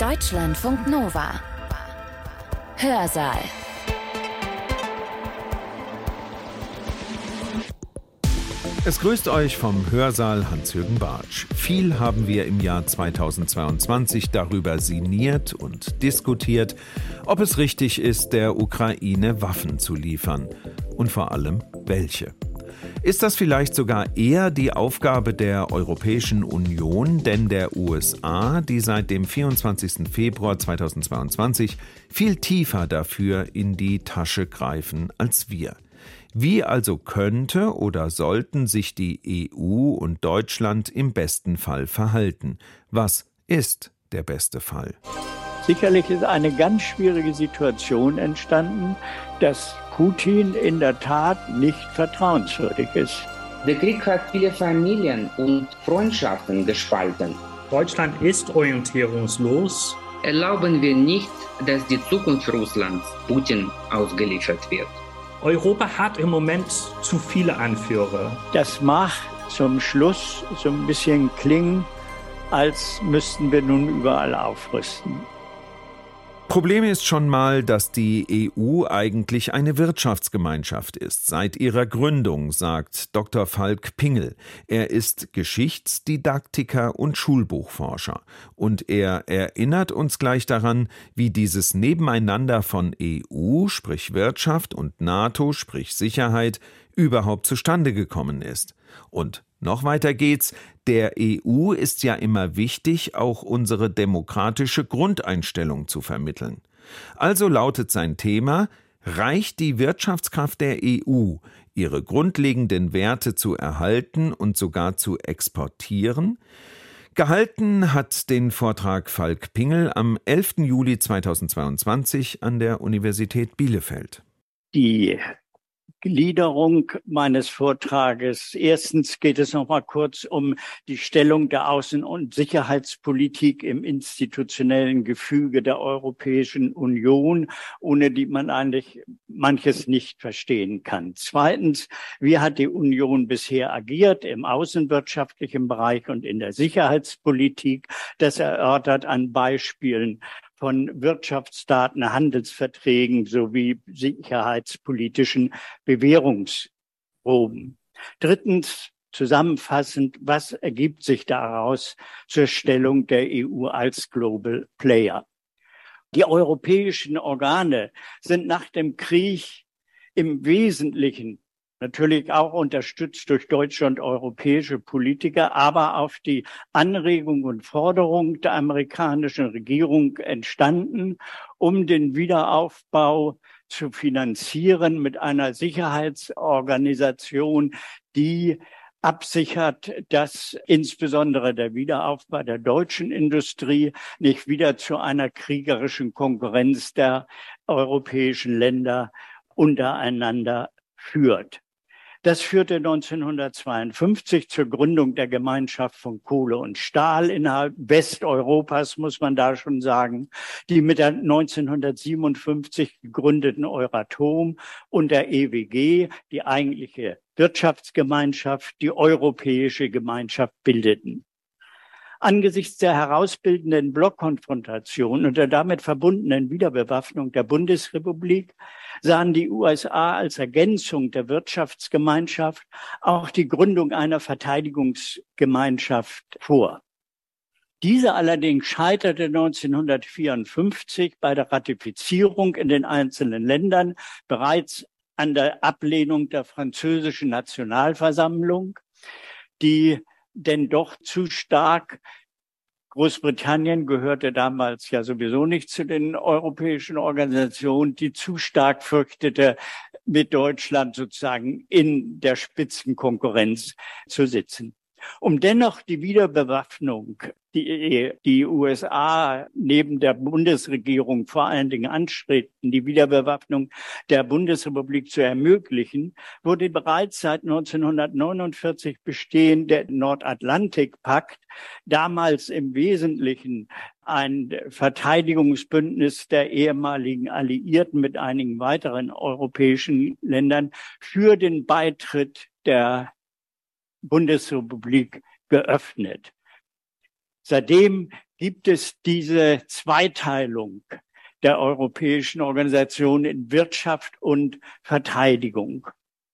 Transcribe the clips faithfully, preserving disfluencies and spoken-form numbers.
Deutschlandfunk Nova. Hörsaal. Es grüßt euch vom Hörsaal Hans-Jürgen Bartsch. Viel haben wir im Jahr zweitausendzweiundzwanzig darüber sinniert und diskutiert, ob es richtig ist, der Ukraine Waffen zu liefern. Und vor allem, welche. Ist das vielleicht sogar eher die Aufgabe der Europäischen Union, denn der U S A, die seit dem vierundzwanzigsten Februar zweitausendzweiundzwanzig viel tiefer dafür in die Tasche greifen als wir? Wie also könnte oder sollten sich die E U und Deutschland im besten Fall verhalten? Was ist der beste Fall? Sicherlich ist eine ganz schwierige Situation entstanden, dass Putin in der Tat nicht vertrauenswürdig ist. Der Krieg hat viele Familien und Freundschaften gespalten. Deutschland ist orientierungslos. Erlauben wir nicht, dass die Zukunft Russlands Putin ausgeliefert wird. Europa hat im Moment zu viele Anführer. Das mag zum Schluss so ein bisschen klingen, als müssten wir nun überall aufrüsten. Problem ist schon mal, dass die E U eigentlich eine Wirtschaftsgemeinschaft ist, seit ihrer Gründung, sagt Doktor Falk Pingel. Er ist Geschichtsdidaktiker und Schulbuchforscher. Und er erinnert uns gleich daran, wie dieses Nebeneinander von E U, sprich Wirtschaft, und NATO, sprich Sicherheit, überhaupt zustande gekommen ist. Und noch weiter geht's, der E U ist ja immer wichtig, auch unsere demokratische Grundeinstellung zu vermitteln. Also lautet sein Thema: Reicht die Wirtschaftskraft der E U, ihre grundlegenden Werte zu erhalten und sogar zu exportieren? Gehalten hat den Vortrag Falk Pingel am elften Juli zweitausendzweiundzwanzig an der Universität Bielefeld. Die Gliederung meines Vortrages. Erstens geht es noch mal kurz um die Stellung der Außen- und Sicherheitspolitik im institutionellen Gefüge der Europäischen Union, ohne die man eigentlich manches nicht verstehen kann. Zweitens, wie hat die Union bisher agiert im außenwirtschaftlichen Bereich und in der Sicherheitspolitik? Das erörtert an Beispielen von Wirtschaftsdaten, Handelsverträgen sowie sicherheitspolitischen Bewährungsproben. Drittens, zusammenfassend, was ergibt sich daraus zur Stellung der E U als Global Player? Die europäischen Organe sind nach dem Krieg im Wesentlichen natürlich auch unterstützt durch deutsche und europäische Politiker, aber auf die Anregung und Forderung der amerikanischen Regierung entstanden, um den Wiederaufbau zu finanzieren mit einer Sicherheitsorganisation, die absichert, dass insbesondere der Wiederaufbau der deutschen Industrie nicht wieder zu einer kriegerischen Konkurrenz der europäischen Länder untereinander führt. Das führte neunzehnhundertzweiundfünfzig zur Gründung der Gemeinschaft von Kohle und Stahl innerhalb Westeuropas, muss man da schon sagen, die mit der neunzehnhundertsiebenundfünfzig gegründeten Euratom und der E W G, die eigentliche Wirtschaftsgemeinschaft, die Europäische Gemeinschaft bildeten. Angesichts der herausbildenden Blockkonfrontation und der damit verbundenen Wiederbewaffnung der Bundesrepublik sahen die U S A als Ergänzung der Wirtschaftsgemeinschaft auch die Gründung einer Verteidigungsgemeinschaft vor. Diese allerdings scheiterte neunzehnhundertvierundfünfzig bei der Ratifizierung in den einzelnen Ländern bereits an der Ablehnung der französischen Nationalversammlung, die denn doch zu stark, Großbritannien gehörte damals ja sowieso nicht zu den europäischen Organisationen, die zu stark fürchtete, mit Deutschland sozusagen in der Spitzenkonkurrenz zu sitzen. Um dennoch die Wiederbewaffnung, die die U S A neben der Bundesregierung vor allen Dingen anstrebten, die Wiederbewaffnung der Bundesrepublik zu ermöglichen, wurde bereits seit neunzehnhundertneunundvierzig bestehend der Nordatlantikpakt, damals im Wesentlichen ein Verteidigungsbündnis der ehemaligen Alliierten mit einigen weiteren europäischen Ländern, für den Beitritt der Bundesrepublik geöffnet. Seitdem gibt es diese Zweiteilung der europäischen Organisation in Wirtschaft und Verteidigung.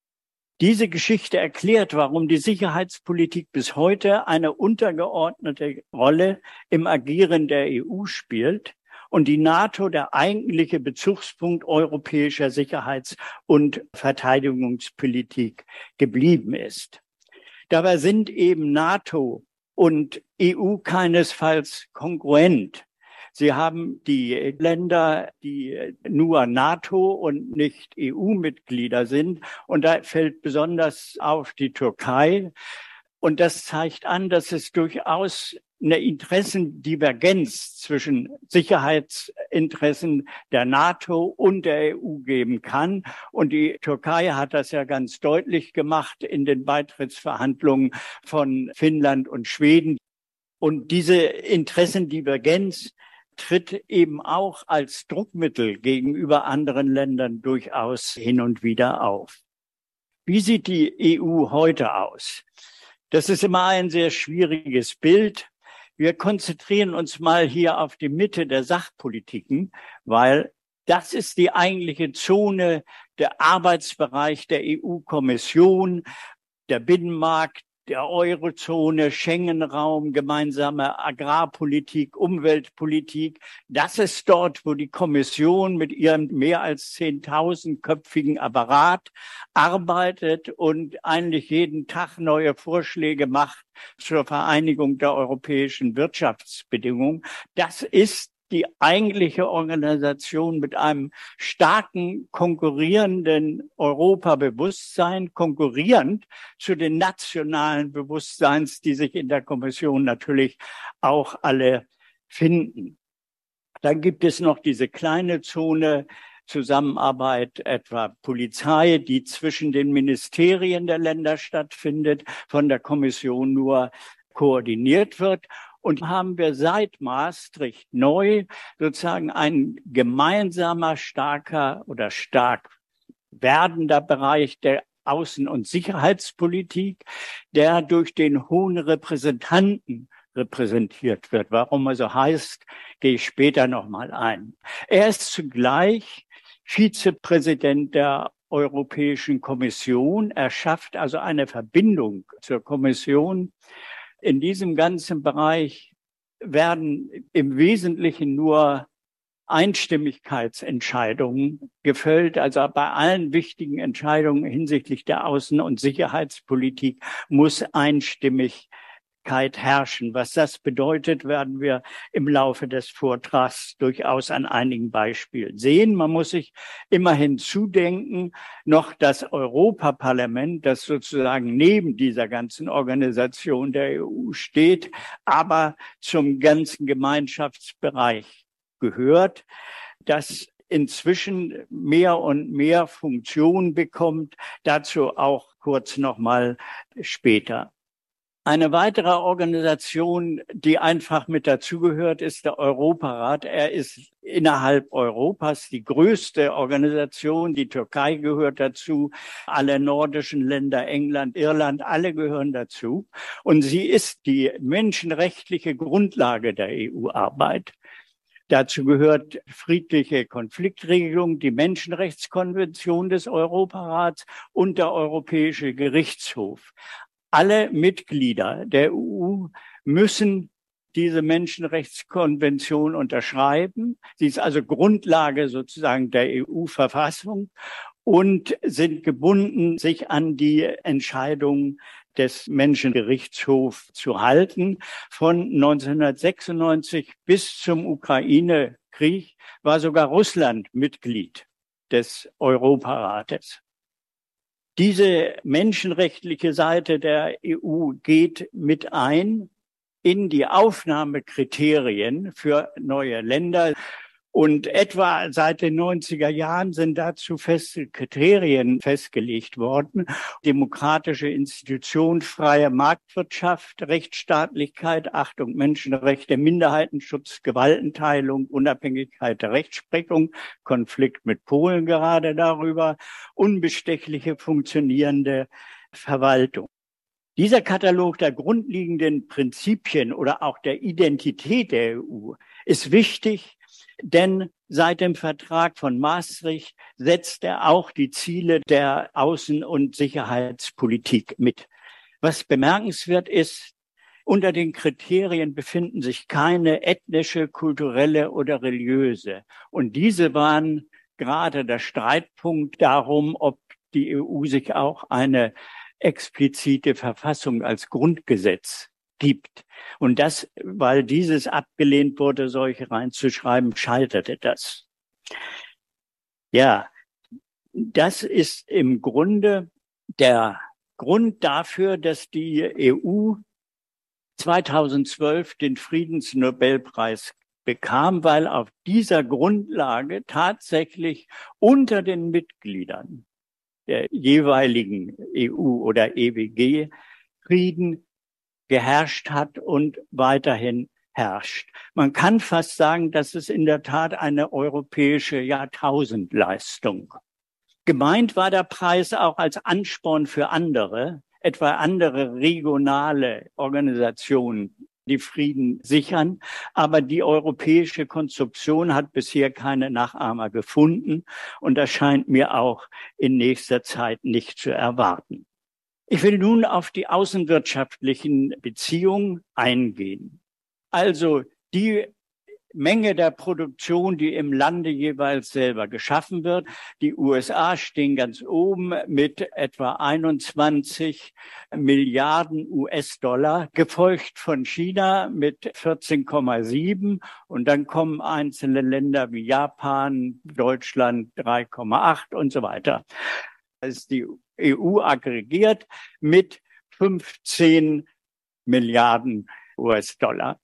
Diese Geschichte erklärt, warum die Sicherheitspolitik bis heute eine untergeordnete Rolle im Agieren der E U spielt und die NATO der eigentliche Bezugspunkt europäischer Sicherheits- und Verteidigungspolitik geblieben ist. Dabei sind eben NATO und E U keinesfalls kongruent. Sie haben die Länder, die nur NATO und nicht E U-Mitglieder sind. Und da fällt besonders auf die Türkei. Und das zeigt an, dass es durchaus eine Interessendivergenz zwischen Sicherheitsinteressen der NATO und der E U geben kann. Und die Türkei hat das ja ganz deutlich gemacht in den Beitrittsverhandlungen von Finnland und Schweden. Und diese Interessendivergenz tritt eben auch als Druckmittel gegenüber anderen Ländern durchaus hin und wieder auf. Wie sieht die E U heute aus? Das ist immer ein sehr schwieriges Bild. Wir konzentrieren uns mal hier auf die Mitte der Sachpolitiken, weil das ist die eigentliche Zone, der Arbeitsbereich der E U-Kommission, der Binnenmarkt, der Eurozone, Schengen-Raum, gemeinsame Agrarpolitik, Umweltpolitik. Das ist dort, wo die Kommission mit ihrem mehr als zehntausendköpfigen Apparat arbeitet und eigentlich jeden Tag neue Vorschläge macht zur Vereinigung der europäischen Wirtschaftsbedingungen. Das ist die eigentliche Organisation mit einem starken konkurrierenden Europabewusstsein, konkurrierend zu den nationalen Bewusstseins, die sich in der Kommission natürlich auch alle finden. Dann gibt es noch diese kleine Zone Zusammenarbeit, etwa Polizei, die zwischen den Ministerien der Länder stattfindet, von der Kommission nur koordiniert wird. Und haben wir seit Maastricht neu sozusagen ein gemeinsamer, starker oder stark werdender Bereich der Außen- und Sicherheitspolitik, der durch den hohen Repräsentanten repräsentiert wird. Warum er so heißt, gehe ich später nochmal ein. Er ist zugleich Vizepräsident der Europäischen Kommission. Er schafft also eine Verbindung zur Kommission. In diesem ganzen Bereich werden im Wesentlichen nur Einstimmigkeitsentscheidungen gefällt. Also bei allen wichtigen Entscheidungen hinsichtlich der Außen- und Sicherheitspolitik muss Einstimmigkeit herrschen. Was das bedeutet, werden wir im Laufe des Vortrags durchaus an einigen Beispielen sehen. Man muss sich immerhin zudenken, noch das Europaparlament, das sozusagen neben dieser ganzen Organisation der E U steht, aber zum ganzen Gemeinschaftsbereich gehört, das inzwischen mehr und mehr Funktion bekommt. Dazu auch kurz nochmal später. Eine weitere Organisation, die einfach mit dazugehört, ist der Europarat. Er ist innerhalb Europas die größte Organisation. Die Türkei gehört dazu, alle nordischen Länder, England, Irland, alle gehören dazu. Und sie ist die menschenrechtliche Grundlage der E U-Arbeit. Dazu gehört friedliche Konfliktregelung, die Menschenrechtskonvention des Europarats und der Europäische Gerichtshof. Alle Mitglieder der E U müssen diese Menschenrechtskonvention unterschreiben. Sie ist also Grundlage sozusagen der E U-Verfassung und sind gebunden, sich an die Entscheidungen des Menschengerichtshofs zu halten. Von neunzehnhundertsechsundneunzig bis zum Ukraine-Krieg war sogar Russland Mitglied des Europarates. Diese menschenrechtliche Seite der E U geht mit ein in die Aufnahmekriterien für neue Länder. Und etwa seit den neunziger Jahren sind dazu feste Kriterien festgelegt worden. Demokratische Institution, freie Marktwirtschaft, Rechtsstaatlichkeit, Achtung Menschenrechte, Minderheitenschutz, Gewaltenteilung, Unabhängigkeit der Rechtsprechung, Konflikt mit Polen gerade darüber, unbestechliche funktionierende Verwaltung. Dieser Katalog der grundlegenden Prinzipien oder auch der Identität der E U ist wichtig, denn seit dem Vertrag von Maastricht setzt er auch die Ziele der Außen- und Sicherheitspolitik mit. Was bemerkenswert ist, unter den Kriterien befinden sich keine ethnische, kulturelle oder religiöse. Und diese waren gerade der Streitpunkt darum, ob die E U sich auch eine explizite Verfassung als Grundgesetz gibt. Und das, weil dieses abgelehnt wurde, solche reinzuschreiben, scheiterte das. Ja, das ist im Grunde der Grund dafür, dass die E U zweitausendzwölf den Friedensnobelpreis bekam, weil auf dieser Grundlage tatsächlich unter den Mitgliedern der jeweiligen E U oder E W G Frieden geherrscht hat und weiterhin herrscht. Man kann fast sagen, dass es in der Tat eine europäische Jahrtausendleistung. Gemeint war der Preis auch als Ansporn für andere, etwa andere regionale Organisationen, die Frieden sichern. Aber die europäische Konstruktion hat bisher keine Nachahmer gefunden und das scheint mir auch in nächster Zeit nicht zu erwarten. Ich will nun auf die außenwirtschaftlichen Beziehungen eingehen. Also die Menge der Produktion, die im Lande jeweils selber geschaffen wird. Die U S A stehen ganz oben mit etwa einundzwanzig Milliarden U S-Dollar, gefolgt von China mit vierzehn Komma sieben. Und dann kommen einzelne Länder wie Japan, Deutschland drei Komma acht und so weiter. Das ist die E U aggregiert mit fünfzehn Milliarden U S-Dollar.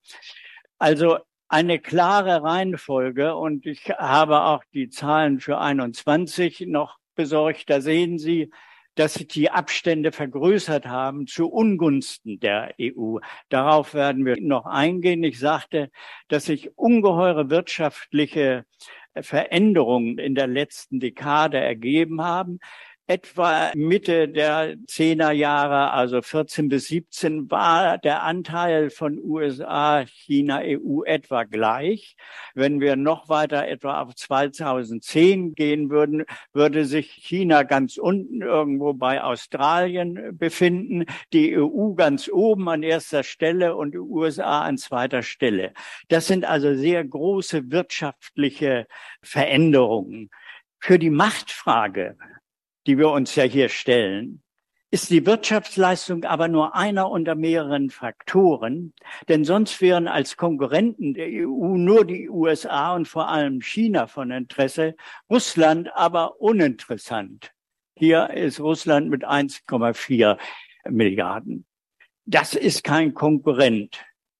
Also eine klare Reihenfolge, und ich habe auch die Zahlen für einundzwanzig noch besorgt. Da sehen Sie, dass sich die Abstände vergrößert haben zu Ungunsten der E U. Darauf werden wir noch eingehen. Ich sagte, dass sich ungeheure wirtschaftliche Veränderungen in der letzten Dekade ergeben haben. Etwa Mitte der Zehnerjahre, also vierzehn bis siebzehn, war der Anteil von U S A, China, E U etwa gleich. Wenn wir noch weiter etwa auf zweitausendzehn gehen würden, würde sich China ganz unten irgendwo bei Australien befinden, die E U ganz oben an erster Stelle und die U S A an zweiter Stelle. Das sind also sehr große wirtschaftliche Veränderungen. Für die Machtfrage, die wir uns ja hier stellen, ist die Wirtschaftsleistung aber nur einer unter mehreren Faktoren, denn sonst wären als Konkurrenten der E U nur die U S A und vor allem China von Interesse, Russland aber uninteressant. Hier ist Russland mit eins Komma vier Milliarden. Das ist kein Konkurrent.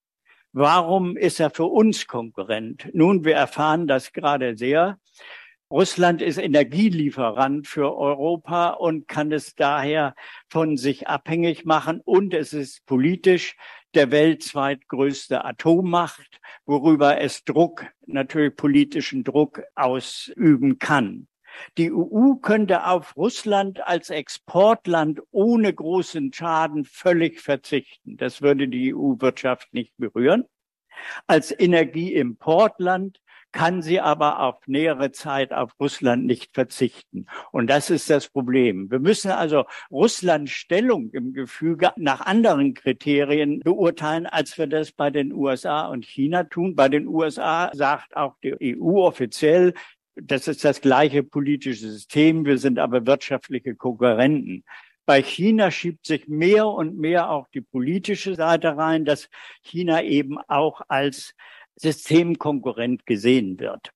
Warum ist er für uns Konkurrent? Nun, wir erfahren das gerade sehr. Russland ist Energielieferant für Europa und kann es daher von sich abhängig machen. Und es ist politisch der weltweit größte Atommacht, worüber es Druck, natürlich politischen Druck ausüben kann. Die E U könnte auf Russland als Exportland ohne großen Schaden völlig verzichten. Das würde die E U-Wirtschaft nicht berühren. Als Energieimportland kann sie aber auf nähere Zeit auf Russland nicht verzichten. Und das ist das Problem. Wir müssen also Russlands Stellung im Gefüge nach anderen Kriterien beurteilen, als wir das bei den U S A und China tun. Bei den U S A sagt auch die E U offiziell, das ist das gleiche politische System, wir sind aber wirtschaftliche Konkurrenten. Bei China schiebt sich mehr und mehr auch die politische Seite rein, dass China eben auch als Systemkonkurrent gesehen wird.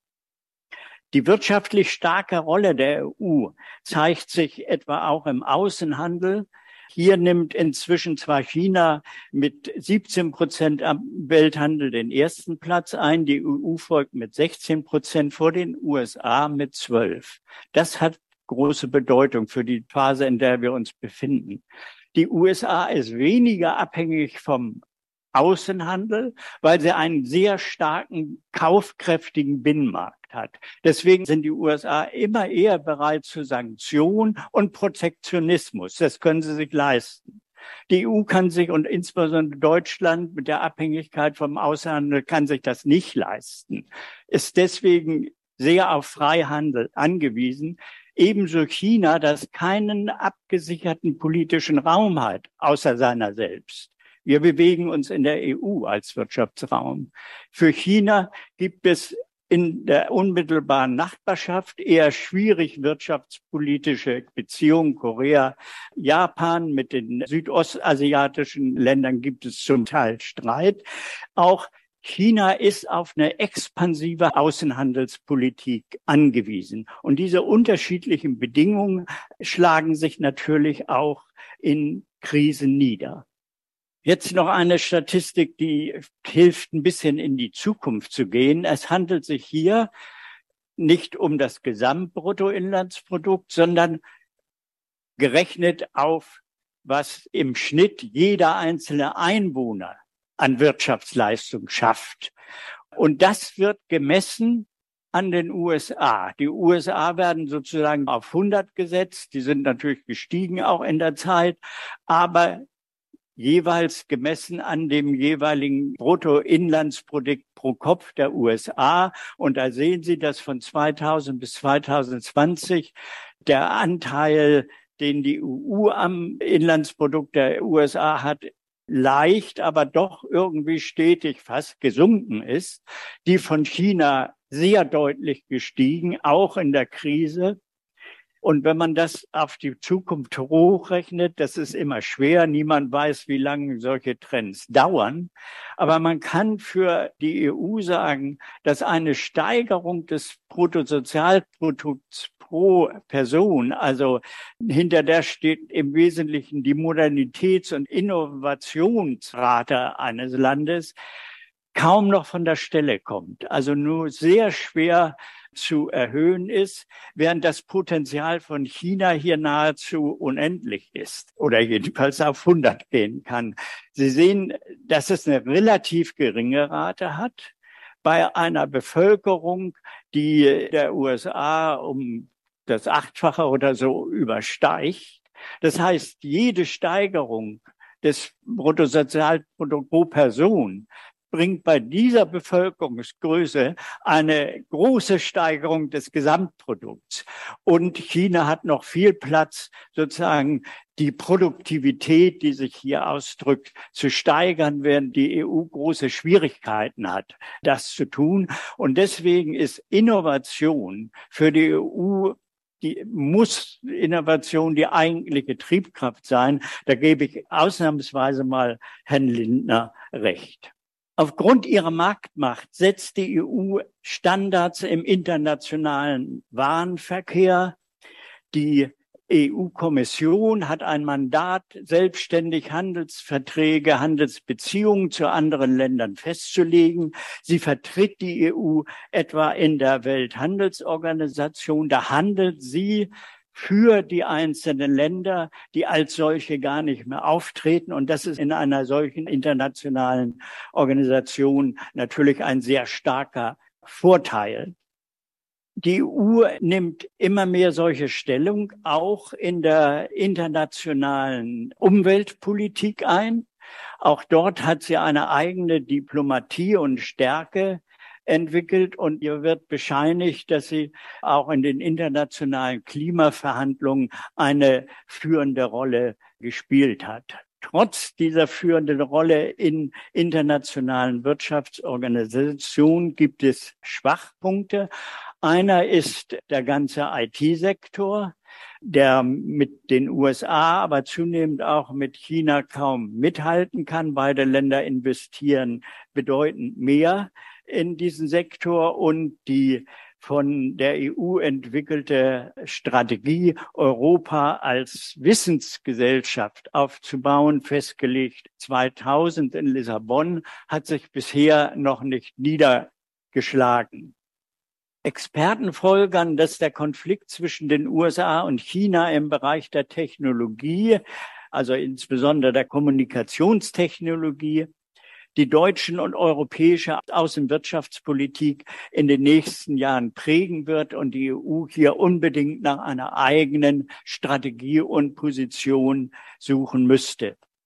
Die wirtschaftlich starke Rolle der E U zeigt sich etwa auch im Außenhandel. Hier nimmt inzwischen zwar China mit siebzehn Prozent am Welthandel den ersten Platz ein, die E U folgt mit sechzehn Prozent vor den U S A mit zwölf. Das hat große Bedeutung für die Phase, in der wir uns befinden. Die U S A ist weniger abhängig vom Außenhandel, weil sie einen sehr starken, kaufkräftigen Binnenmarkt hat. Deswegen sind die U S A immer eher bereit zu Sanktionen und Protektionismus. Das können sie sich leisten. Die E U kann sich und insbesondere Deutschland mit der Abhängigkeit vom Außenhandel kann sich das nicht leisten, ist deswegen sehr auf Freihandel angewiesen. Ebenso China, das keinen abgesicherten politischen Raum hat, außer seiner selbst. Wir bewegen uns in der E U als Wirtschaftsraum. Für China gibt es in der unmittelbaren Nachbarschaft eher schwierig wirtschaftspolitische Beziehungen. Korea, Japan, mit den südostasiatischen Ländern gibt es zum Teil Streit. Auch China ist auf eine expansive Außenhandelspolitik angewiesen. Und diese unterschiedlichen Bedingungen schlagen sich natürlich auch in Krisen nieder. Jetzt noch eine Statistik, die hilft, ein bisschen in die Zukunft zu gehen. Es handelt sich hier nicht um das Gesamtbruttoinlandsprodukt, sondern gerechnet auf, was im Schnitt jeder einzelne Einwohner an Wirtschaftsleistung schafft. Und das wird gemessen an den U S A. Die U S A werden sozusagen auf hundert gesetzt. Die sind natürlich gestiegen auch in der Zeit, aber jeweils gemessen an dem jeweiligen Bruttoinlandsprodukt pro Kopf der U S A. Und da sehen Sie, dass von zweitausend bis zweitausendzwanzig der Anteil, den die E U am Inlandsprodukt der U S A hat, leicht, aber doch irgendwie stetig fast gesunken ist. Die von China sehr deutlich gestiegen, auch in der Krise. Und wenn man das auf die Zukunft hochrechnet, das ist immer schwer. Niemand weiß, wie lange solche Trends dauern. Aber man kann für die E U sagen, dass eine Steigerung des Bruttosozialprodukts pro Person, also hinter der steht im Wesentlichen die Modernitäts- und Innovationsrate eines Landes, kaum noch von der Stelle kommt. Also nur sehr schwer zu erhöhen ist, während das Potenzial von China hier nahezu unendlich ist oder jedenfalls auf hundert gehen kann. Sie sehen, dass es eine relativ geringe Rate hat bei einer Bevölkerung, die der U S A um das Achtfache oder so übersteigt. Das heißt, jede Steigerung des Bruttosozialprodukts pro Person bringt bei dieser Bevölkerungsgröße eine große Steigerung des Gesamtprodukts. Und China hat noch viel Platz, sozusagen die Produktivität, die sich hier ausdrückt, zu steigern, während die E U große Schwierigkeiten hat, das zu tun. Und deswegen ist Innovation für die E U Die muss Innovation die eigentliche Triebkraft sein. Da gebe ich ausnahmsweise mal Herrn Lindner recht. Aufgrund ihrer Marktmacht setzt die E U Standards im internationalen Warenverkehr. Die E U-Kommission hat ein Mandat, selbstständig Handelsverträge, Handelsbeziehungen zu anderen Ländern festzulegen. Sie vertritt die E U etwa in der Welthandelsorganisation. Da handelt sie für die einzelnen Länder, die als solche gar nicht mehr auftreten. Und das ist in einer solchen internationalen Organisation natürlich ein sehr starker Vorteil. Die E U nimmt immer mehr solche Stellung auch in der internationalen Umweltpolitik ein. Auch dort hat sie eine eigene Diplomatie und Stärke entwickelt und ihr wird bescheinigt, dass sie auch in den internationalen Klimaverhandlungen eine führende Rolle gespielt hat. Trotz dieser führenden Rolle in internationalen Wirtschaftsorganisationen gibt es Schwachpunkte. Einer ist der ganze I T-Sektor, der mit den U S A, aber zunehmend auch mit China kaum mithalten kann. Beide Länder investieren bedeutend mehr in diesen Sektor und die von der E U entwickelte Strategie, Europa als Wissensgesellschaft aufzubauen, festgelegt zweitausend in Lissabon, hat sich bisher noch nicht niedergeschlagen. Experten folgern, dass der Konflikt zwischen den U S A und China im Bereich der Technologie, also insbesondere der Kommunikationstechnologie, die deutschen und europäische Außenwirtschaftspolitik in den nächsten Jahren prägen wird und die E U hier unbedingt nach einer eigenen Strategie und Position suchen müsste.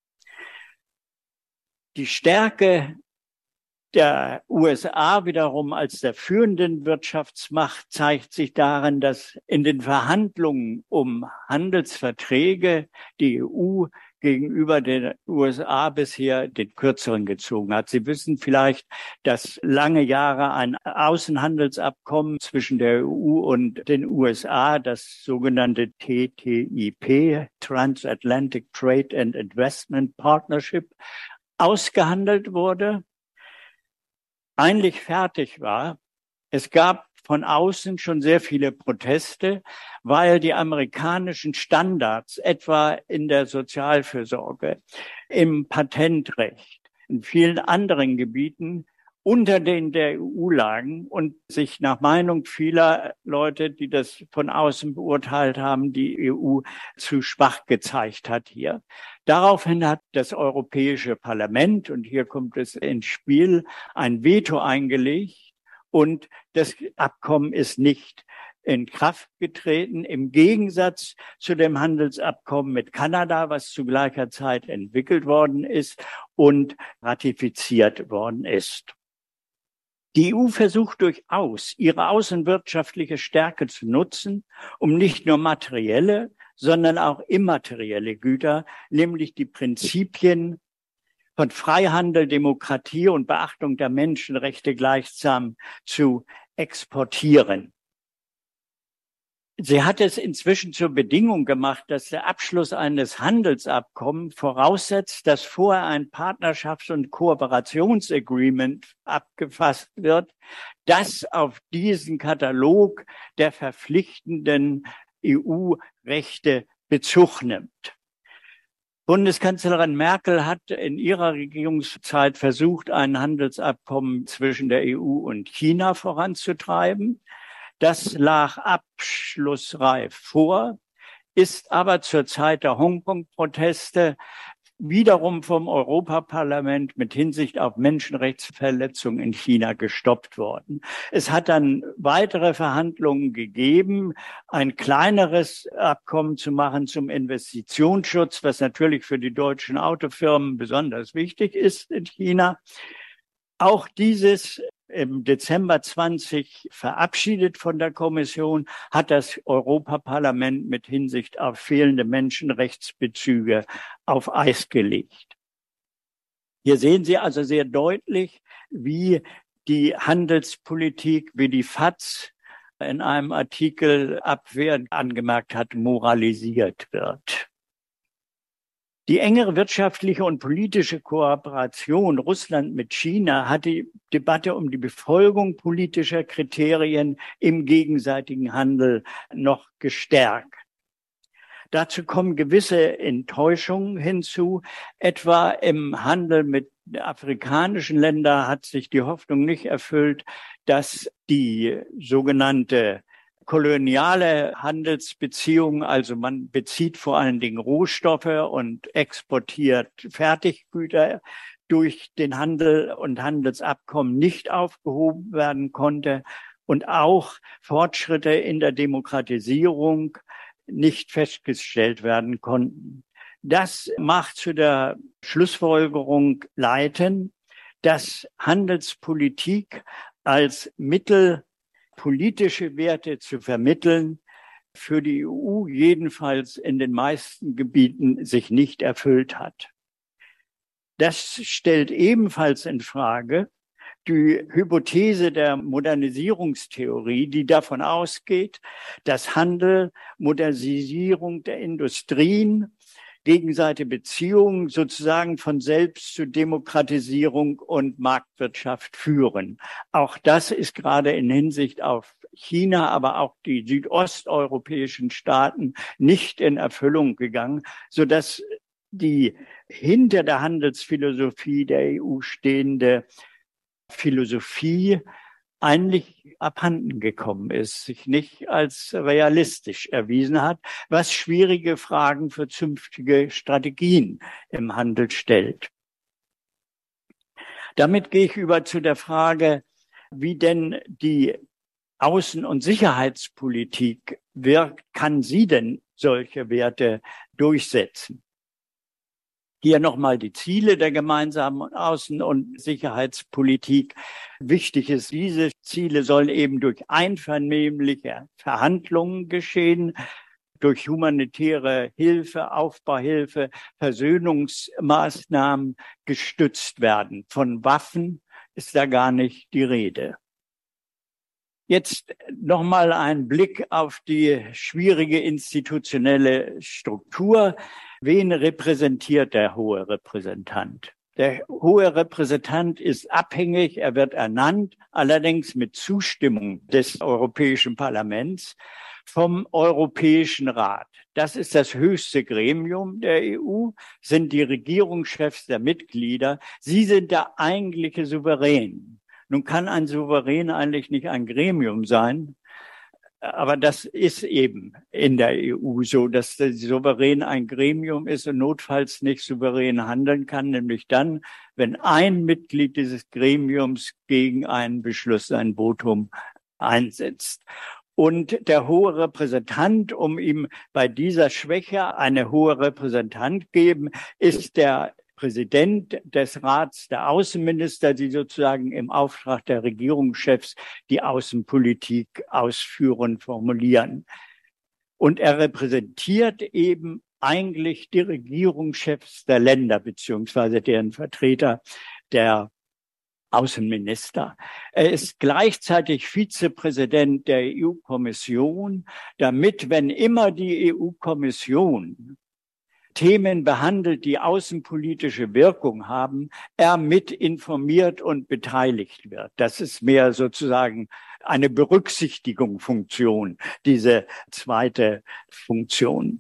Die Stärke der U S A wiederum als der führenden Wirtschaftsmacht zeigt sich darin, dass in den Verhandlungen um Handelsverträge die E U gegenüber den U S A bisher den Kürzeren gezogen hat. Sie wissen vielleicht, dass lange Jahre ein Außenhandelsabkommen zwischen der E U und den U S A, das sogenannte T T I P, Transatlantic Trade and Investment Partnership, ausgehandelt wurde, eigentlich fertig war. Es gab von außen schon sehr viele Proteste, weil die amerikanischen Standards, etwa in der Sozialfürsorge, im Patentrecht, in vielen anderen Gebieten, unter denen der E U lagen und sich nach Meinung vieler Leute, die das von außen beurteilt haben, die E U zu schwach gezeigt hat hier. Daraufhin hat das Europäische Parlament, und hier kommt es ins Spiel, ein Veto eingelegt und das Abkommen ist nicht in Kraft getreten, im Gegensatz zu dem Handelsabkommen mit Kanada, was zu gleicher Zeit entwickelt worden ist und ratifiziert worden ist. Die E U versucht durchaus, ihre außenwirtschaftliche Stärke zu nutzen, um nicht nur materielle, sondern auch immaterielle Güter, nämlich die Prinzipien von Freihandel, Demokratie und Beachtung der Menschenrechte gleichsam zu exportieren. Sie hat es inzwischen zur Bedingung gemacht, dass der Abschluss eines Handelsabkommens voraussetzt, dass vorher ein Partnerschafts- und Kooperationsagreement abgefasst wird, das auf diesen Katalog der verpflichtenden E U-Rechte Bezug nimmt. Bundeskanzlerin Merkel hat in ihrer Regierungszeit versucht, ein Handelsabkommen zwischen der E U und China voranzutreiben. Das lag abschlussreif vor, ist aber zur Zeit der Hongkong-Proteste wiederum vom Europaparlament mit Hinsicht auf Menschenrechtsverletzungen in China gestoppt worden. Es hat dann weitere Verhandlungen gegeben, ein kleineres Abkommen zu machen zum Investitionsschutz, was natürlich für die deutschen Autofirmen besonders wichtig ist in China. Auch dieses im Dezember zwanzig verabschiedet von der Kommission, hat das Europaparlament mit Hinsicht auf fehlende Menschenrechtsbezüge auf Eis gelegt. Hier sehen Sie also sehr deutlich, wie die Handelspolitik, wie die F A Z in einem Artikel abwehrend angemerkt hat, moralisiert wird. Die engere wirtschaftliche und politische Kooperation Russland mit China hat die Debatte um die Befolgung politischer Kriterien im gegenseitigen Handel noch gestärkt. Dazu kommen gewisse Enttäuschungen hinzu. Etwa im Handel mit afrikanischen Ländern hat sich die Hoffnung nicht erfüllt, dass die sogenannte koloniale Handelsbeziehungen, also man bezieht vor allen Dingen Rohstoffe und exportiert Fertiggüter, durch den Handel und Handelsabkommen nicht aufgehoben werden konnte und auch Fortschritte in der Demokratisierung nicht festgestellt werden konnten. Das macht zu der Schlussfolgerung leiten, dass Handelspolitik als Mittel, politische Werte zu vermitteln, für die E U jedenfalls in den meisten Gebieten sich nicht erfüllt hat. Das stellt ebenfalls in Frage die Hypothese der Modernisierungstheorie, die davon ausgeht, dass Handel, Modernisierung der Industrien, gegenseitige Beziehungen sozusagen von selbst zu Demokratisierung und Marktwirtschaft führen. Auch das ist gerade in Hinsicht auf China, aber auch die südosteuropäischen Staaten nicht in Erfüllung gegangen, sodass die hinter der Handelsphilosophie der E U stehende Philosophie eigentlich abhanden gekommen ist, sich nicht als realistisch erwiesen hat, was schwierige Fragen für zünftige Strategien im Handel stellt. Damit gehe ich über zu der Frage, wie denn die Außen- und Sicherheitspolitik wirkt. Kann sie denn solche Werte durchsetzen? Hier nochmal die Ziele der gemeinsamen Außen- und Sicherheitspolitik. Wichtig ist, diese Ziele sollen eben durch einvernehmliche Verhandlungen geschehen, durch humanitäre Hilfe, Aufbauhilfe, Versöhnungsmaßnahmen gestützt werden. Von Waffen ist da gar nicht die Rede. Jetzt nochmal ein Blick auf die schwierige institutionelle Struktur. Wen repräsentiert der hohe Repräsentant? Der hohe Repräsentant ist abhängig, er wird ernannt, allerdings mit Zustimmung des Europäischen Parlaments vom Europäischen Rat. Das ist das höchste Gremium der E U, sind die Regierungschefs der Mitglieder. Sie sind der eigentliche Souverän. Nun kann ein Souverän eigentlich nicht ein Gremium sein, aber das ist eben in der E U so, dass der Souverän ein Gremium ist und notfalls nicht souverän handeln kann, nämlich dann, wenn ein Mitglied dieses Gremiums gegen einen Beschluss ein Votum einsetzt. Und der hohe Repräsentant, um ihm bei dieser Schwäche eine hohe Repräsentant geben, ist der Präsident des Rats der Außenminister, die sozusagen im Auftrag der Regierungschefs die Außenpolitik ausführen, formulieren. Und er repräsentiert eben eigentlich die Regierungschefs der Länder beziehungsweise deren Vertreter der Außenminister. Er ist gleichzeitig Vizepräsident der E U-Kommission, damit, wenn immer die E U-Kommission Themen behandelt, die außenpolitische Wirkung haben, er mit informiert und beteiligt wird. Das ist mehr sozusagen eine Berücksichtigungsfunktion, diese zweite Funktion.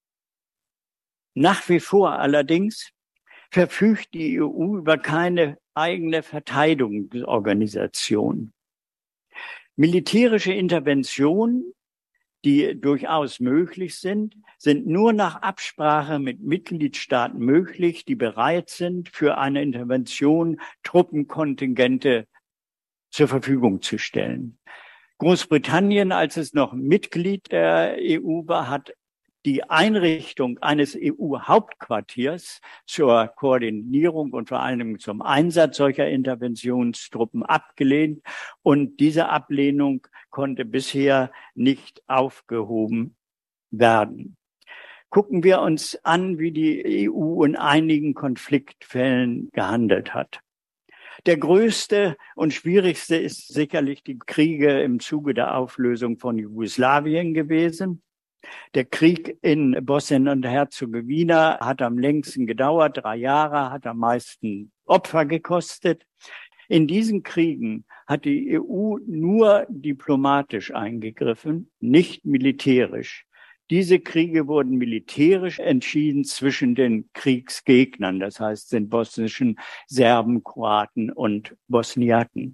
Nach wie vor allerdings verfügt die E U über keine eigene Verteidigungsorganisation. Militärische Interventionen, die durchaus möglich sind, sind nur nach Absprache mit Mitgliedstaaten möglich, die bereit sind, für eine Intervention Truppenkontingente zur Verfügung zu stellen. Großbritannien, als es noch Mitglied der E U war, hat die Einrichtung eines E U-Hauptquartiers zur Koordinierung und vor allem zum Einsatz solcher Interventionstruppen abgelehnt. Und diese Ablehnung konnte bisher nicht aufgehoben werden. Gucken wir uns an, wie die E U in einigen Konfliktfällen gehandelt hat. Der größte und schwierigste ist sicherlich die Kriege im Zuge der Auflösung von Jugoslawien gewesen. Der Krieg in Bosnien und Herzegowina hat am längsten gedauert, drei Jahre, hat am meisten Opfer gekostet. In diesen Kriegen hat die E U nur diplomatisch eingegriffen, nicht militärisch. Diese Kriege wurden militärisch entschieden zwischen den Kriegsgegnern, das heißt den bosnischen Serben, Kroaten und Bosniaken.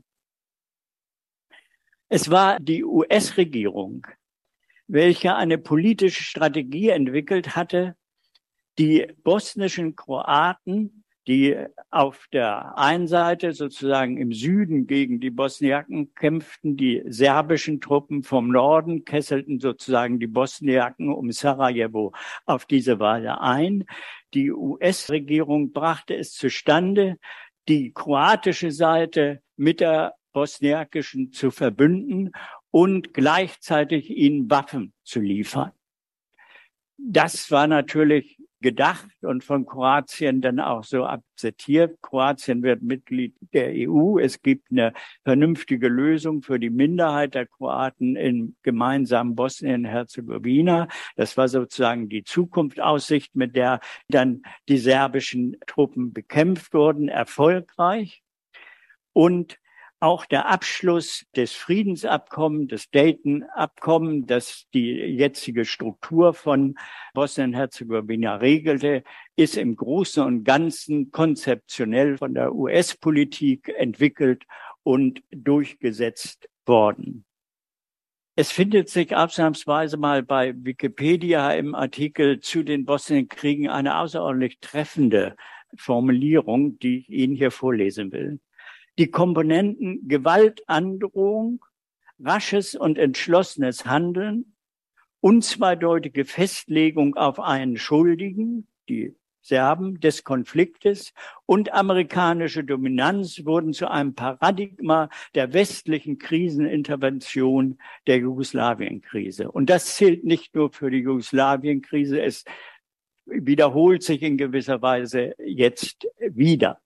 Es war die U S-Regierung, welche eine politische Strategie entwickelt hatte, die bosnischen Kroaten, die auf der einen Seite sozusagen im Süden gegen die Bosniaken kämpften, die serbischen Truppen vom Norden kesselten sozusagen die Bosniaken um Sarajevo auf diese Weise ein. Die U S-Regierung brachte es zustande, die kroatische Seite mit der bosniakischen zu verbünden und gleichzeitig ihnen Waffen zu liefern. Das war natürlich gedacht und von Kroatien dann auch so akzeptiert. Kroatien wird Mitglied der E U. Es gibt eine vernünftige Lösung für die Minderheit der Kroaten im gemeinsamen Bosnien-Herzegowina. Das war sozusagen die Zukunftsaussicht, mit der dann die serbischen Truppen bekämpft wurden, erfolgreich. Und auch der Abschluss des Friedensabkommens, des Dayton-Abkommens, das die jetzige Struktur von Bosnien-Herzegowina regelte, ist im Großen und Ganzen konzeptionell von der U S-Politik entwickelt und durchgesetzt worden. Es findet sich ausnahmsweise mal bei Wikipedia im Artikel zu den Bosnienkriegen eine außerordentlich treffende Formulierung, die ich Ihnen hier vorlesen will. Die Komponenten Gewaltandrohung, rasches und entschlossenes Handeln, unzweideutige Festlegung auf einen Schuldigen, die Serben des Konfliktes und amerikanische Dominanz wurden zu einem Paradigma der westlichen Krisenintervention der Jugoslawienkrise. Und das zählt nicht nur für die Jugoslawienkrise, es wiederholt sich in gewisser Weise jetzt wieder.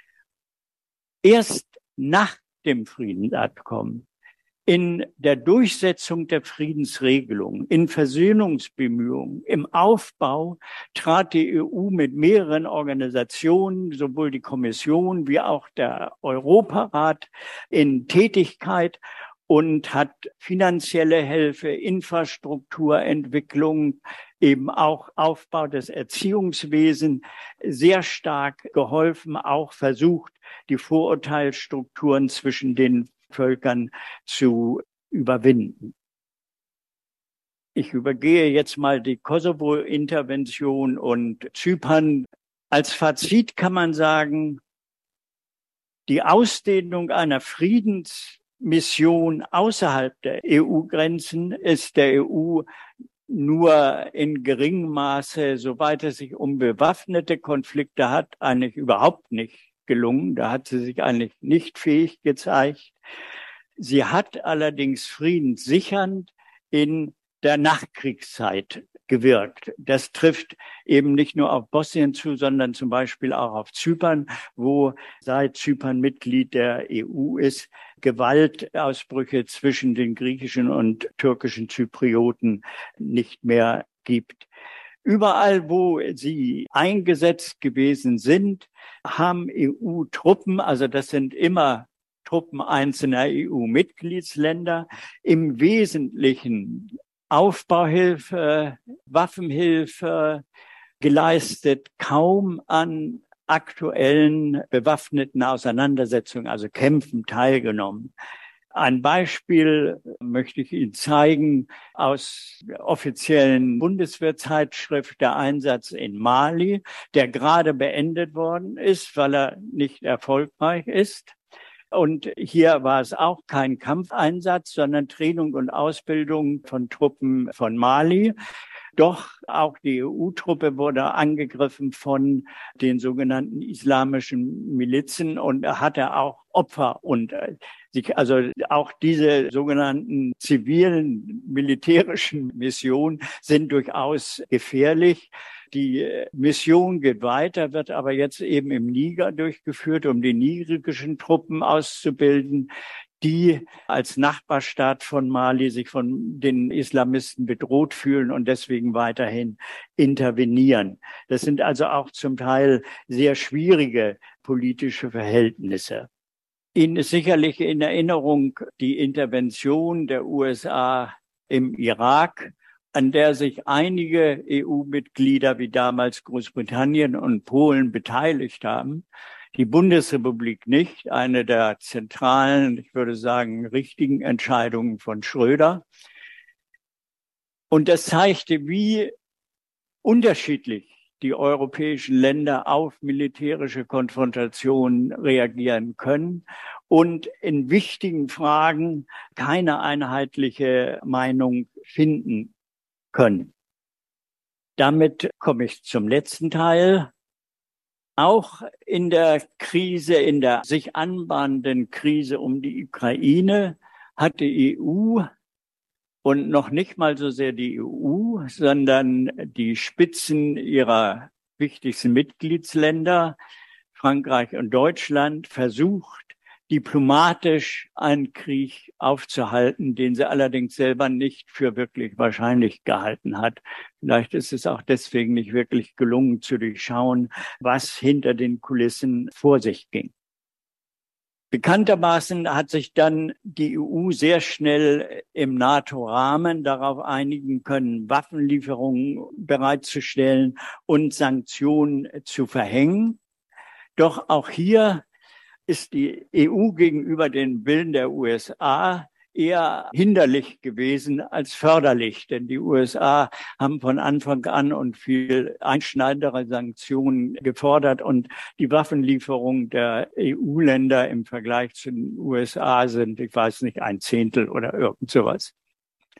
Erst nach dem Friedensabkommen, in der Durchsetzung der Friedensregelung, in Versöhnungsbemühungen, im Aufbau trat die E U mit mehreren Organisationen, sowohl die Kommission wie auch der Europarat, in Tätigkeit und hat finanzielle Hilfe, Infrastrukturentwicklung, eben auch Aufbau des Erziehungswesens sehr stark geholfen, auch versucht, die Vorurteilsstrukturen zwischen den Völkern zu überwinden. Ich übergehe jetzt mal die Kosovo-Intervention und Zypern. Als Fazit kann man sagen, die Ausdehnung einer Friedensmission außerhalb der E U-Grenzen ist der E U nur in geringem Maße, soweit es sich um bewaffnete Konflikte hat, eigentlich überhaupt nicht gelungen. Da hat sie sich eigentlich nicht fähig gezeigt. Sie hat allerdings friedenssichernd in der Nachkriegszeit gewirkt. Das trifft eben nicht nur auf Bosnien zu, sondern zum Beispiel auch auf Zypern, wo seit Zypern Mitglied der E U ist, Gewaltausbrüche zwischen den griechischen und türkischen Zyprioten nicht mehr gibt. Überall, wo sie eingesetzt gewesen sind, haben E U-Truppen, also das sind immer Truppen einzelner E U-Mitgliedsländer, im Wesentlichen Aufbauhilfe, Waffenhilfe geleistet, kaum an aktuellen bewaffneten Auseinandersetzungen, also Kämpfen teilgenommen. Ein Beispiel möchte ich Ihnen zeigen aus der offiziellen Bundeswehrzeitschrift, der Einsatz in Mali, der gerade beendet worden ist, weil er nicht erfolgreich ist. Und hier war es auch kein Kampfeinsatz, sondern Training und Ausbildung von Truppen von Mali. Doch auch die E U-Truppe wurde angegriffen von den sogenannten islamischen Milizen und hatte auch Opfer und sich, also auch diese sogenannten zivilen militärischen Missionen sind durchaus gefährlich. Die Mission geht weiter, wird aber jetzt eben im Niger durchgeführt, um die nigerischen Truppen auszubilden, die als Nachbarstaat von Mali sich von den Islamisten bedroht fühlen und deswegen weiterhin intervenieren. Das sind also auch zum Teil sehr schwierige politische Verhältnisse. Ihnen ist sicherlich in Erinnerung die Intervention der U S A im Irak, an der sich einige E U-Mitglieder wie damals Großbritannien und Polen beteiligt haben. Die Bundesrepublik nicht, eine der zentralen, ich würde sagen, richtigen Entscheidungen von Schröder. Und das zeigte, wie unterschiedlich die europäischen Länder auf militärische Konfrontationen reagieren können und in wichtigen Fragen keine einheitliche Meinung finden können. Damit komme ich zum letzten Teil. Auch in der Krise, in der sich anbahnenden Krise um die Ukraine hat die E U und noch nicht mal so sehr die E U, sondern die Spitzen ihrer wichtigsten Mitgliedsländer, Frankreich und Deutschland, versucht, diplomatisch einen Krieg aufzuhalten, den sie allerdings selber nicht für wirklich wahrscheinlich gehalten hat. Vielleicht ist es auch deswegen nicht wirklich gelungen zu durchschauen, was hinter den Kulissen vor sich ging. Bekanntermaßen hat sich dann die E U sehr schnell im NATO-Rahmen darauf einigen können, Waffenlieferungen bereitzustellen und Sanktionen zu verhängen. Doch auch hier ist die E U gegenüber den Willen der U S A eher hinderlich gewesen als förderlich. Denn die U S A haben von Anfang an und viel einschneidendere Sanktionen gefordert und die Waffenlieferungen der E U-Länder im Vergleich zu den U S A sind, ich weiß nicht, ein Zehntel oder irgend sowas.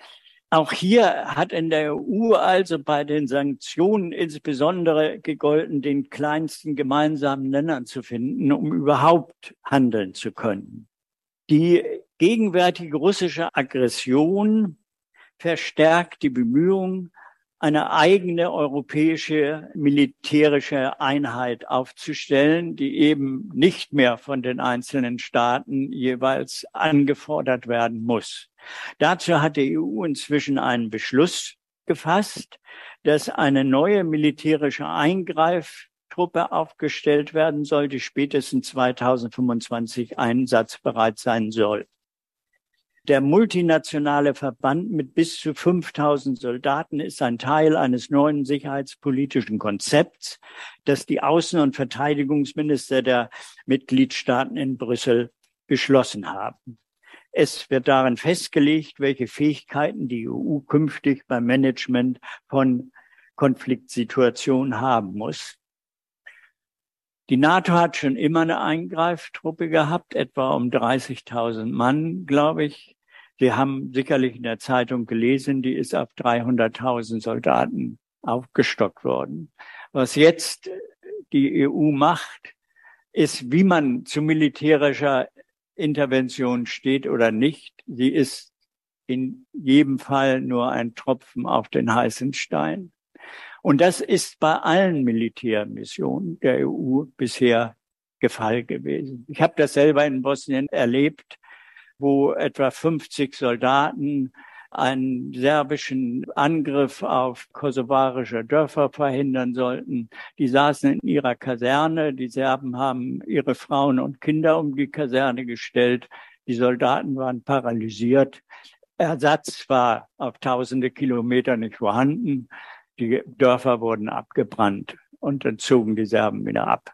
Auch hier hat in der E U also bei den Sanktionen insbesondere gegolten, den kleinsten gemeinsamen Nenner zu finden, um überhaupt handeln zu können. Die gegenwärtige russische Aggression verstärkt die Bemühungen, eine eigene europäische militärische Einheit aufzustellen, die eben nicht mehr von den einzelnen Staaten jeweils angefordert werden muss. Dazu hat die E U inzwischen einen Beschluss gefasst, dass eine neue militärische Eingreiftruppe aufgestellt werden soll, die spätestens zweitausendfünfundzwanzig einsatzbereit sein soll. Der multinationale Verband mit bis zu fünftausend Soldaten ist ein Teil eines neuen sicherheitspolitischen Konzepts, das die Außen- und Verteidigungsminister der Mitgliedstaaten in Brüssel beschlossen haben. Es wird darin festgelegt, welche Fähigkeiten die E U künftig beim Management von Konfliktsituationen haben muss. Die NATO hat schon immer eine Eingreiftruppe gehabt, etwa um dreißigtausend Mann, glaube ich. Sie haben sicherlich in der Zeitung gelesen, die ist auf dreihunderttausend Soldaten aufgestockt worden. Was jetzt die E U macht, ist, wie man zu militärischer Intervention steht oder nicht. Sie ist in jedem Fall nur ein Tropfen auf den heißen Stein. Und das ist bei allen Militärmissionen der E U bisher Gefall gewesen. Ich habe das selber in Bosnien erlebt, wo etwa fünfzig Soldaten einen serbischen Angriff auf kosovarische Dörfer verhindern sollten. Die saßen in ihrer Kaserne. Die Serben haben ihre Frauen und Kinder um die Kaserne gestellt. Die Soldaten waren paralysiert. Ersatz war auf tausende Kilometer nicht vorhanden. Die Dörfer wurden abgebrannt und dann zogen die Serben wieder ab.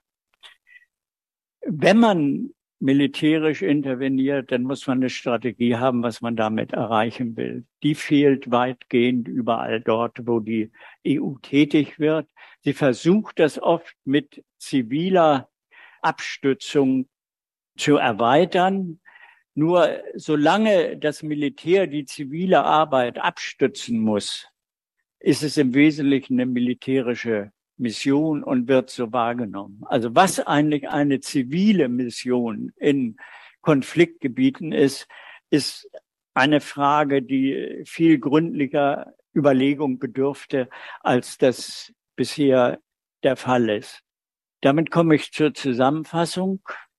Wenn man militärisch interveniert, dann muss man eine Strategie haben, was man damit erreichen will. Die fehlt weitgehend überall dort, wo die E U tätig wird. Sie versucht das oft mit ziviler Abstützung zu erweitern. Nur solange das Militär die zivile Arbeit abstützen muss, ist es im Wesentlichen eine militärische Mission und wird so wahrgenommen. Also was eigentlich eine zivile Mission in Konfliktgebieten ist, ist eine Frage, die viel gründlicher Überlegung bedürfte, als das bisher der Fall ist. Damit komme ich zur Zusammenfassung.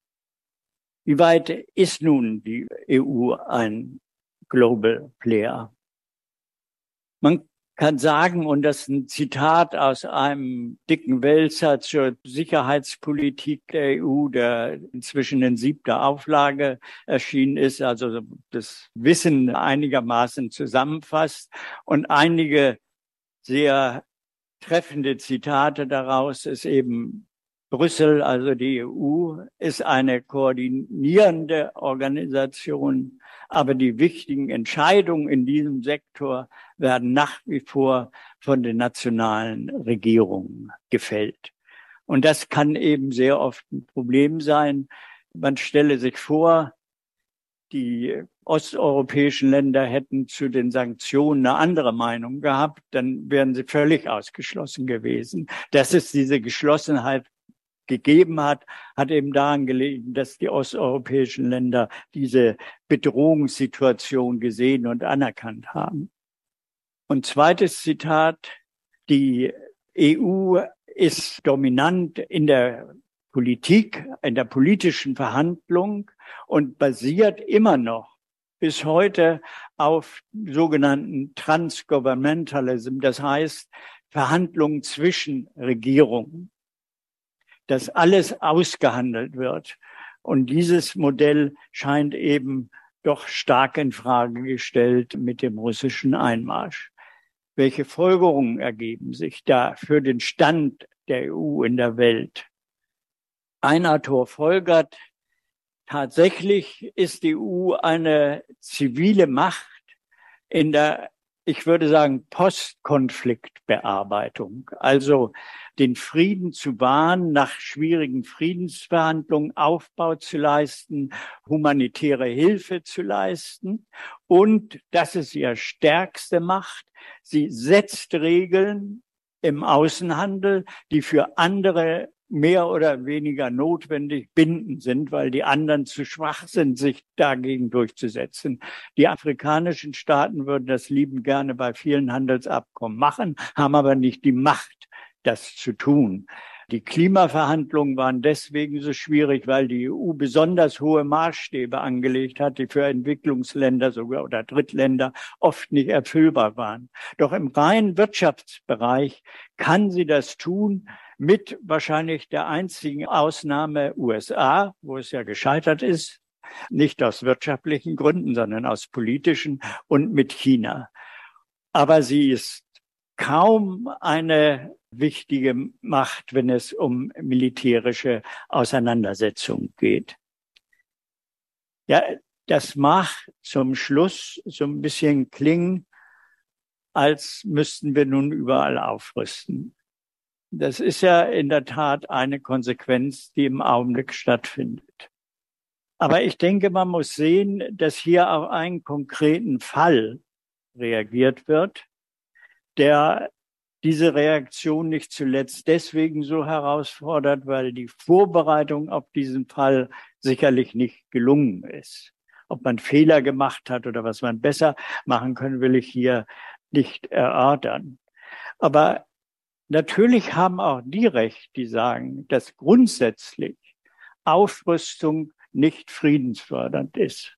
Wie weit ist nun die E U ein Global Player? Man kann sagen, und das ist ein Zitat aus einem dicken Wälzer zur Sicherheitspolitik der E U, der inzwischen in siebter Auflage erschienen ist, also das Wissen einigermaßen zusammenfasst und einige sehr treffende Zitate daraus ist eben: Brüssel, also die E U, ist eine koordinierende Organisation, aber die wichtigen Entscheidungen in diesem Sektor werden nach wie vor von den nationalen Regierungen gefällt. Und das kann eben sehr oft ein Problem sein. Man stelle sich vor, die osteuropäischen Länder hätten zu den Sanktionen eine andere Meinung gehabt, dann wären sie völlig ausgeschlossen gewesen. Dass es diese Geschlossenheit gegeben hat, hat eben daran gelegen, dass die osteuropäischen Länder diese Bedrohungssituation gesehen und anerkannt haben. Und zweites Zitat: Die E U ist dominant in der Politik, in der politischen Verhandlung und basiert immer noch bis heute auf sogenannten Transgovernmentalism, das heißt Verhandlungen zwischen Regierungen, dass alles ausgehandelt wird. Und dieses Modell scheint eben doch stark in Frage gestellt mit dem russischen Einmarsch. Welche Folgerungen ergeben sich da für den Stand der E U in der Welt? Ein Autor folgert: Tatsächlich ist die E U eine zivile Macht in der ich würde sagen, Postkonfliktbearbeitung, also den Frieden zu wahren, nach schwierigen Friedensverhandlungen Aufbau zu leisten, humanitäre Hilfe zu leisten. Und das ist ihre stärkste Macht. Sie setzt Regeln im Außenhandel, die für andere mehr oder weniger notwendig bindend sind, weil die anderen zu schwach sind, sich dagegen durchzusetzen. Die afrikanischen Staaten würden das liebend gerne bei vielen Handelsabkommen machen, haben aber nicht die Macht, das zu tun. Die Klimaverhandlungen waren deswegen so schwierig, weil die E U besonders hohe Maßstäbe angelegt hat, die für Entwicklungsländer sogar oder Drittländer oft nicht erfüllbar waren. Doch im reinen Wirtschaftsbereich kann sie das tun, mit wahrscheinlich der einzigen Ausnahme U S A, wo es ja gescheitert ist, nicht aus wirtschaftlichen Gründen, sondern aus politischen, und mit China. Aber sie ist kaum eine wichtige Macht, wenn es um militärische Auseinandersetzungen geht. Ja, das mag zum Schluss so ein bisschen klingen, als müssten wir nun überall aufrüsten. Das ist ja in der Tat eine Konsequenz, die im Augenblick stattfindet. Aber ich denke, man muss sehen, dass hier auf einen konkreten Fall reagiert wird, der diese Reaktion nicht zuletzt deswegen so herausfordert, weil die Vorbereitung auf diesen Fall sicherlich nicht gelungen ist. Ob man Fehler gemacht hat oder was man besser machen können, will ich hier nicht erörtern. Aber natürlich haben auch die recht, die sagen, dass grundsätzlich Aufrüstung nicht friedensfördernd ist.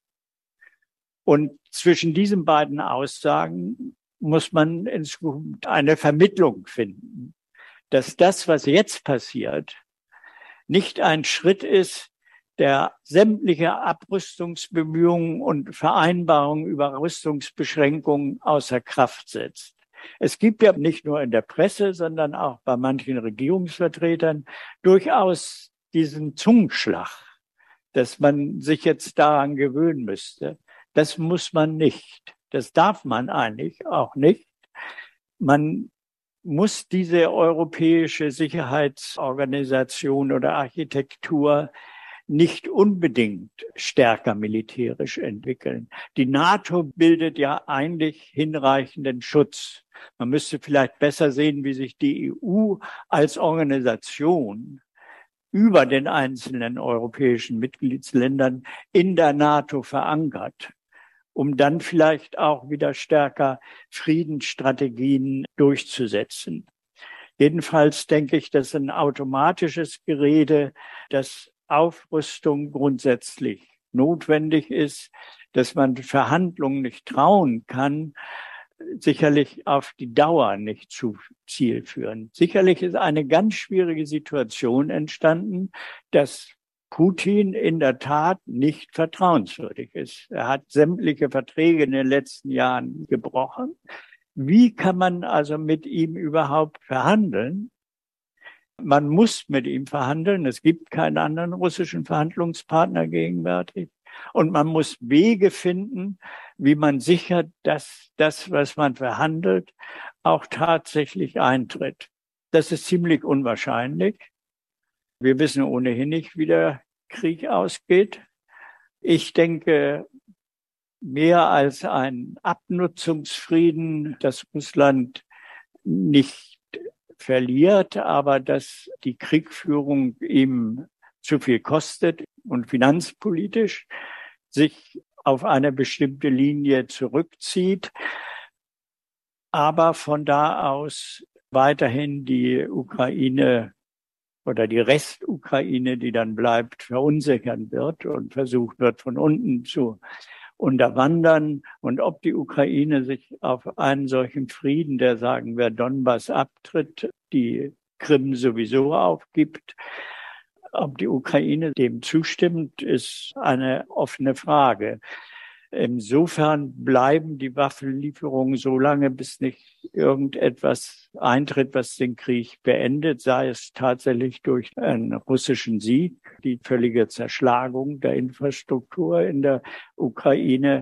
Und zwischen diesen beiden Aussagen muss man in Zukunft eine Vermittlung finden, dass das, was jetzt passiert, nicht ein Schritt ist, der sämtliche Abrüstungsbemühungen und Vereinbarungen über Rüstungsbeschränkungen außer Kraft setzt. Es gibt ja nicht nur in der Presse, sondern auch bei manchen Regierungsvertretern durchaus diesen Zungenschlag, dass man sich jetzt daran gewöhnen müsste. Das muss man nicht. Das darf man eigentlich auch nicht. Man muss diese europäische Sicherheitsorganisation oder Architektur nicht unbedingt stärker militärisch entwickeln. Die NATO bildet ja eigentlich hinreichenden Schutz. Man müsste vielleicht besser sehen, wie sich die E U als Organisation über den einzelnen europäischen Mitgliedsländern in der NATO verankert, um dann vielleicht auch wieder stärker Friedensstrategien durchzusetzen. Jedenfalls denke ich, dass ein automatisches Gerede, dass Aufrüstung grundsätzlich notwendig ist, dass man Verhandlungen nicht trauen kann, sicherlich auf die Dauer nicht zu Ziel führen. Sicherlich ist eine ganz schwierige Situation entstanden, dass Putin in der Tat nicht vertrauenswürdig ist. Er hat sämtliche Verträge in den letzten Jahren gebrochen. Wie kann man also mit ihm überhaupt verhandeln? Man muss mit ihm verhandeln. Es gibt keinen anderen russischen Verhandlungspartner gegenwärtig. Und man muss Wege finden, wie man sichert, dass das, was man verhandelt, auch tatsächlich eintritt. Das ist ziemlich unwahrscheinlich. Wir wissen ohnehin nicht, wie der Krieg ausgeht. Ich denke, mehr als ein Abnutzungsfrieden, dass Russland nicht verliert, aber dass die Kriegführung ihm zu viel kostet und finanzpolitisch sich auf eine bestimmte Linie zurückzieht, aber von da aus weiterhin die Ukraine oder die Restukraine, die dann bleibt, verunsichern wird und versucht wird, von unten zu unterwandern. Und ob die Ukraine sich auf einen solchen Frieden, der, sagen wir, Donbass abtritt, die Krim sowieso aufgibt, ob die Ukraine dem zustimmt, ist eine offene Frage. Insofern bleiben die Waffenlieferungen so lange, bis nicht irgendetwas eintritt, was den Krieg beendet, sei es tatsächlich durch einen russischen Sieg, die völlige Zerschlagung der Infrastruktur in der Ukraine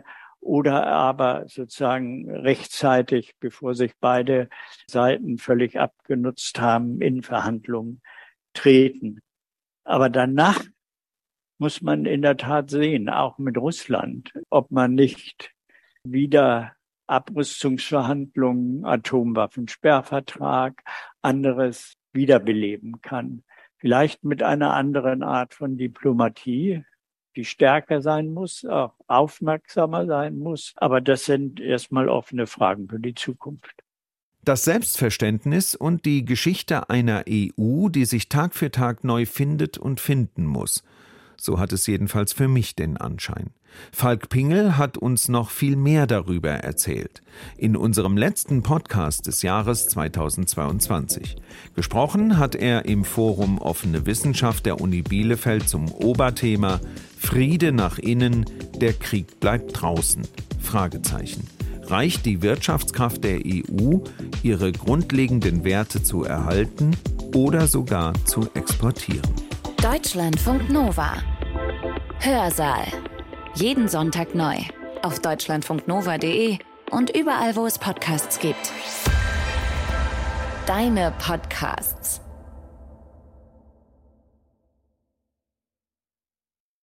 oder aber sozusagen rechtzeitig, bevor sich beide Seiten völlig abgenutzt haben, in Verhandlungen treten. Aber danach muss man in der Tat sehen, auch mit Russland, ob man nicht wieder Abrüstungsverhandlungen, Atomwaffensperrvertrag, anderes wiederbeleben kann. Vielleicht mit einer anderen Art von Diplomatie, die stärker sein muss, auch aufmerksamer sein muss. Aber das sind erstmal offene Fragen für die Zukunft. Das Selbstverständnis und die Geschichte einer E U, die sich Tag für Tag neu findet und finden muss. So hat es jedenfalls für mich den Anschein. Falk Pingel hat uns noch viel mehr darüber erzählt. In unserem letzten Podcast des Jahres zweitausendzweiundzwanzig. Gesprochen hat er im Forum Offene Wissenschaft der Uni Bielefeld zum Oberthema Friede nach innen, der Krieg bleibt draußen? Fragezeichen. Reicht die Wirtschaftskraft der E U, ihre grundlegenden Werte zu erhalten oder sogar zu exportieren? Deutschlandfunk Nova. Hörsaal. Jeden Sonntag neu. Auf deutschlandfunknova punkt de und überall, wo es Podcasts gibt. Deine Podcasts.